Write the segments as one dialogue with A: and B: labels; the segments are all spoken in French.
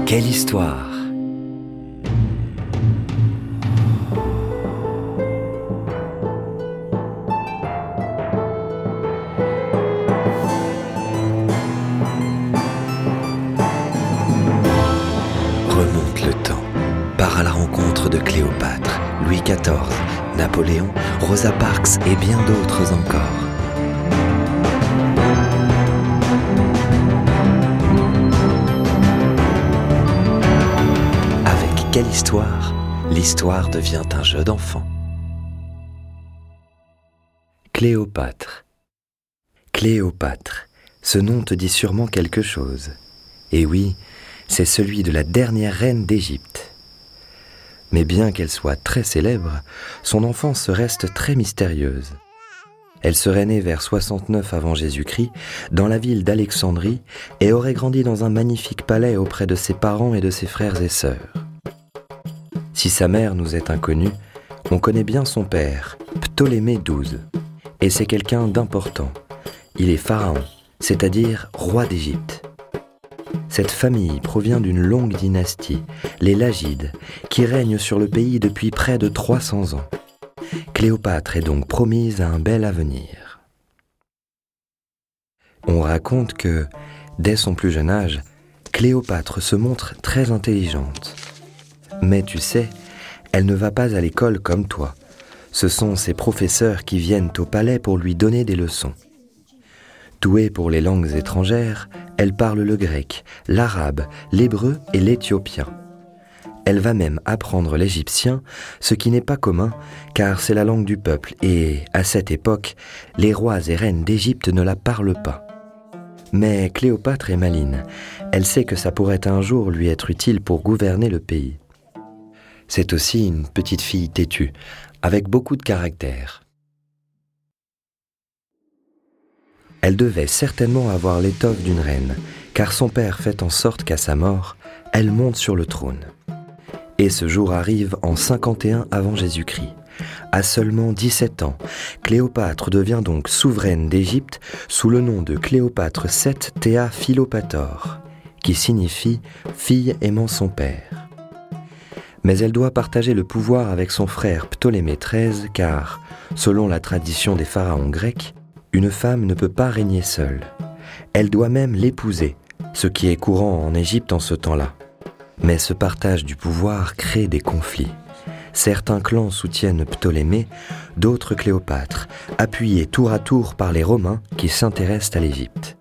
A: Quelle histoire! Remonte le temps, part à la rencontre de Cléopâtre, Louis XIV, Napoléon, Rosa Parks et bien d'autres encore. Avec Quelle histoire? L'histoire devient un jeu d'enfant. Cléopâtre. Cléopâtre, ce nom te dit sûrement quelque chose. Et oui, c'est celui de la dernière reine d'Égypte. Mais bien qu'elle soit très célèbre, son enfance reste très mystérieuse. Elle serait née vers 69 avant Jésus-Christ, dans la ville d'Alexandrie, et aurait grandi dans un magnifique palais auprès de ses parents et de ses frères et sœurs. Si sa mère nous est inconnue, on connaît bien son père, Ptolémée XII, et c'est quelqu'un d'important. Il est pharaon, c'est-à-dire roi d'Égypte. Cette famille provient d'une longue dynastie, les Lagides, qui règnent sur le pays depuis près de 300 ans. Cléopâtre est donc promise à un bel avenir. On raconte que, dès son plus jeune âge, Cléopâtre se montre très intelligente. Mais tu sais, elle ne va pas à l'école comme toi. Ce sont ses professeurs qui viennent au palais pour lui donner des leçons. Douée pour les langues étrangères, elle parle le grec, l'arabe, l'hébreu et l'éthiopien. Elle va même apprendre l'égyptien, ce qui n'est pas commun, car c'est la langue du peuple et, à cette époque, les rois et reines d'Égypte ne la parlent pas. Mais Cléopâtre est maline. Elle sait que ça pourrait un jour lui être utile pour gouverner le pays. C'est aussi une petite fille têtue, avec beaucoup de caractère. Elle devait certainement avoir l'étoffe d'une reine, car son père fait en sorte qu'à sa mort, elle monte sur le trône. Et ce jour arrive en 51 avant Jésus-Christ. À seulement 17 ans, Cléopâtre devient donc souveraine d'Égypte sous le nom de Cléopâtre VII Théa Philopator, qui signifie « fille aimant son père ». Mais elle doit partager le pouvoir avec son frère Ptolémée XIII car, selon la tradition des pharaons grecs, une femme ne peut pas régner seule. Elle doit même l'épouser, ce qui est courant en Égypte en ce temps-là. Mais ce partage du pouvoir crée des conflits. Certains clans soutiennent Ptolémée, d'autres Cléopâtre, appuyés tour à tour par les Romains qui s'intéressent à l'Égypte.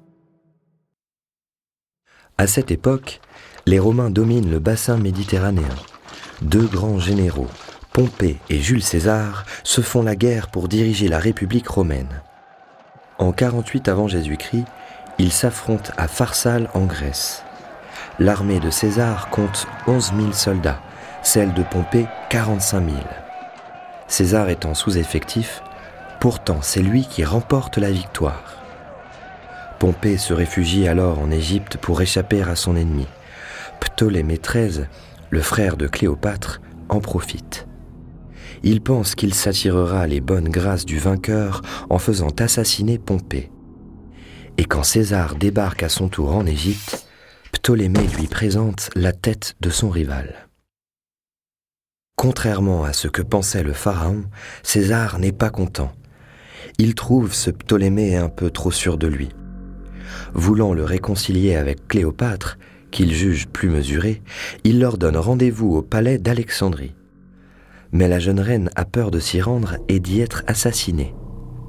A: À cette époque, les Romains dominent le bassin méditerranéen. Deux grands généraux, Pompée et Jules César, se font la guerre pour diriger la République romaine. En 48 avant Jésus-Christ, ils s'affrontent à Pharsale en Grèce. L'armée de César compte 11 000 soldats, celle de Pompée 45 000. César étant sous-effectif, pourtant c'est lui qui remporte la victoire. Pompée se réfugie alors en Égypte pour échapper à son ennemi. Ptolémée XIII, le frère de Cléopâtre, en profite. Il pense qu'il s'attirera les bonnes grâces du vainqueur en faisant assassiner Pompée. Et quand César débarque à son tour en Égypte, Ptolémée lui présente la tête de son rival. Contrairement à ce que pensait le pharaon, César n'est pas content. Il trouve ce Ptolémée un peu trop sûr de lui. Voulant le réconcilier avec Cléopâtre, qu'il juge plus mesuré, il leur donne rendez-vous au palais d'Alexandrie. Mais la jeune reine a peur de s'y rendre et d'y être assassinée. Pourquoi ?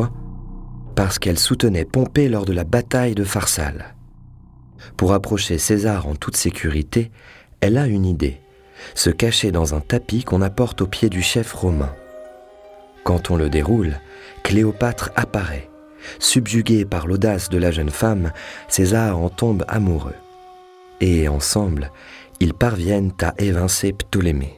A: Parce qu'elle soutenait Pompée lors de la bataille de Pharsale. Pour approcher César en toute sécurité, elle a une idée, se cacher dans un tapis qu'on apporte au pied du chef romain. Quand on le déroule, Cléopâtre apparaît. Subjugué par l'audace de la jeune femme, César en tombe amoureux. Et ensemble, ils parviennent à évincer Ptolémée.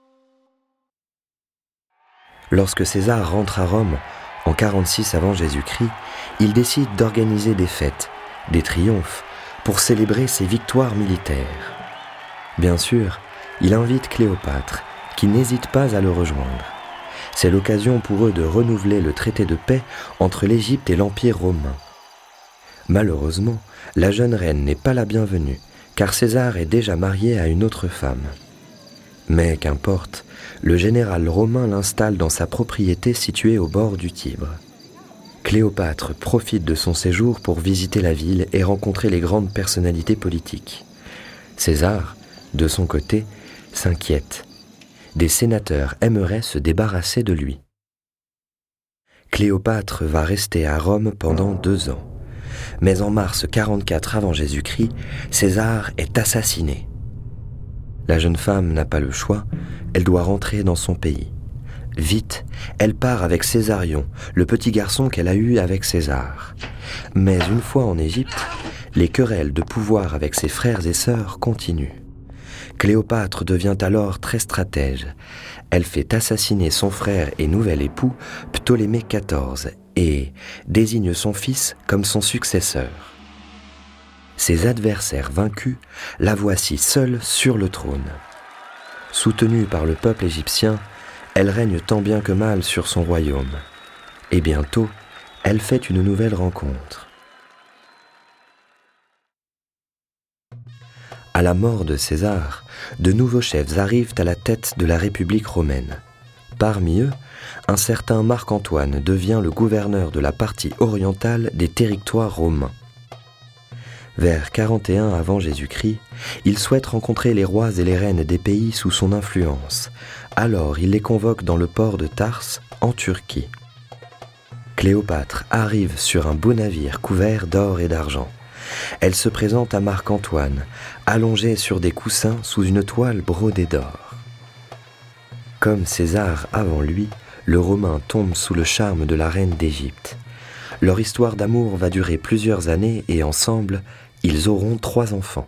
A: Lorsque César rentre à Rome, en 46 avant Jésus-Christ, il décide d'organiser des fêtes, des triomphes, pour célébrer ses victoires militaires. Bien sûr, il invite Cléopâtre, qui n'hésite pas à le rejoindre. C'est l'occasion pour eux de renouveler le traité de paix entre l'Égypte et l'Empire romain. Malheureusement, la jeune reine n'est pas la bienvenue, car César est déjà marié à une autre femme. Mais qu'importe, le général romain l'installe dans sa propriété située au bord du Tibre. Cléopâtre profite de son séjour pour visiter la ville et rencontrer les grandes personnalités politiques. César, de son côté, s'inquiète. Des sénateurs aimeraient se débarrasser de lui. Cléopâtre va rester à Rome pendant 2 ans. Mais en mars 44 avant Jésus-Christ, César est assassiné. La jeune femme n'a pas le choix, elle doit rentrer dans son pays. Vite, elle part avec Césarion, le petit garçon qu'elle a eu avec César. Mais une fois en Égypte, les querelles de pouvoir avec ses frères et sœurs continuent. Cléopâtre devient alors très stratège. Elle fait assassiner son frère et nouvel époux, Ptolémée XIV, et désigne son fils comme son successeur. Ses adversaires vaincus la voici seule sur le trône. Soutenue par le peuple égyptien, elle règne tant bien que mal sur son royaume. Et bientôt, elle fait une nouvelle rencontre. À la mort de César, de nouveaux chefs arrivent à la tête de la République romaine. Parmi eux, un certain Marc-Antoine devient le gouverneur de la partie orientale des territoires romains. Vers 41 avant Jésus-Christ, il souhaite rencontrer les rois et les reines des pays sous son influence. Alors il les convoque dans le port de Tarse, en Turquie. Cléopâtre arrive sur un beau navire couvert d'or et d'argent. Elle se présente à Marc-Antoine, allongée sur des coussins sous une toile brodée d'or. Comme César avant lui, le Romain tombe sous le charme de la reine d'Égypte. Leur histoire d'amour va durer plusieurs années et ensemble, ils auront 3 enfants.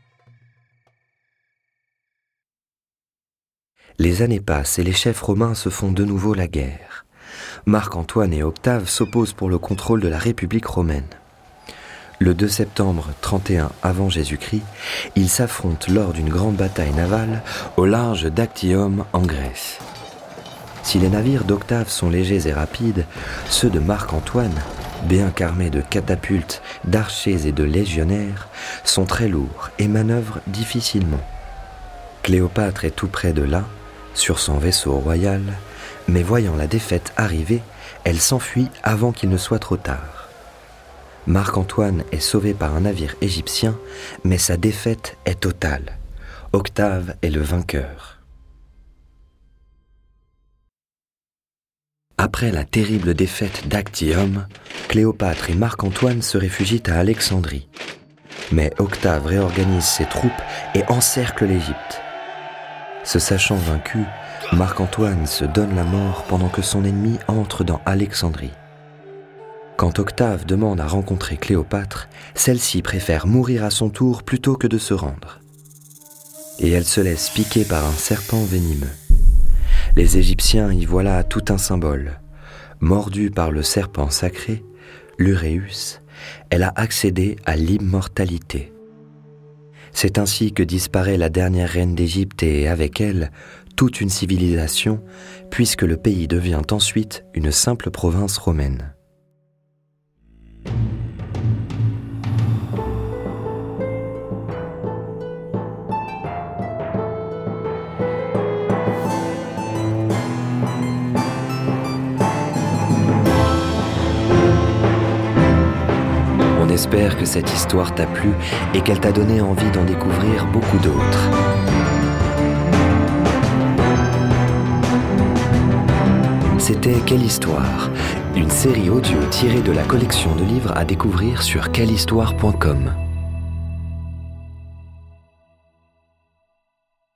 A: Les années passent et les chefs romains se font de nouveau la guerre. Marc-Antoine et Octave s'opposent pour le contrôle de la République romaine. Le 2 septembre 31 avant Jésus-Christ, ils s'affrontent lors d'une grande bataille navale au large d'Actium en Grèce. Si les navires d'Octave sont légers et rapides, ceux de Marc-Antoine, bien qu'armés de catapultes, d'archers et de légionnaires, sont très lourds et manœuvrent difficilement. Cléopâtre est tout près de là, sur son vaisseau royal, mais voyant la défaite arriver, elle s'enfuit avant qu'il ne soit trop tard. Marc-Antoine est sauvé par un navire égyptien, mais sa défaite est totale. Octave est le vainqueur. Après la terrible défaite d'Actium, Cléopâtre et Marc-Antoine se réfugient à Alexandrie. Mais Octave réorganise ses troupes et encercle l'Égypte. Se sachant vaincu, Marc-Antoine se donne la mort pendant que son ennemi entre dans Alexandrie. Quand Octave demande à rencontrer Cléopâtre, celle-ci préfère mourir à son tour plutôt que de se rendre. Et elle se laisse piquer par un serpent venimeux. Les Égyptiens y voient là tout un symbole. Mordue par le serpent sacré, l'Uræus, elle a accédé à l'immortalité. C'est ainsi que disparaît la dernière reine d'Égypte et avec elle, toute une civilisation, puisque le pays devient ensuite une simple province romaine. J'espère que cette histoire t'a plu et qu'elle t'a donné envie d'en découvrir beaucoup d'autres. C'était Quelle Histoire, une série audio tirée de la collection de livres à découvrir sur quellehistoire.com.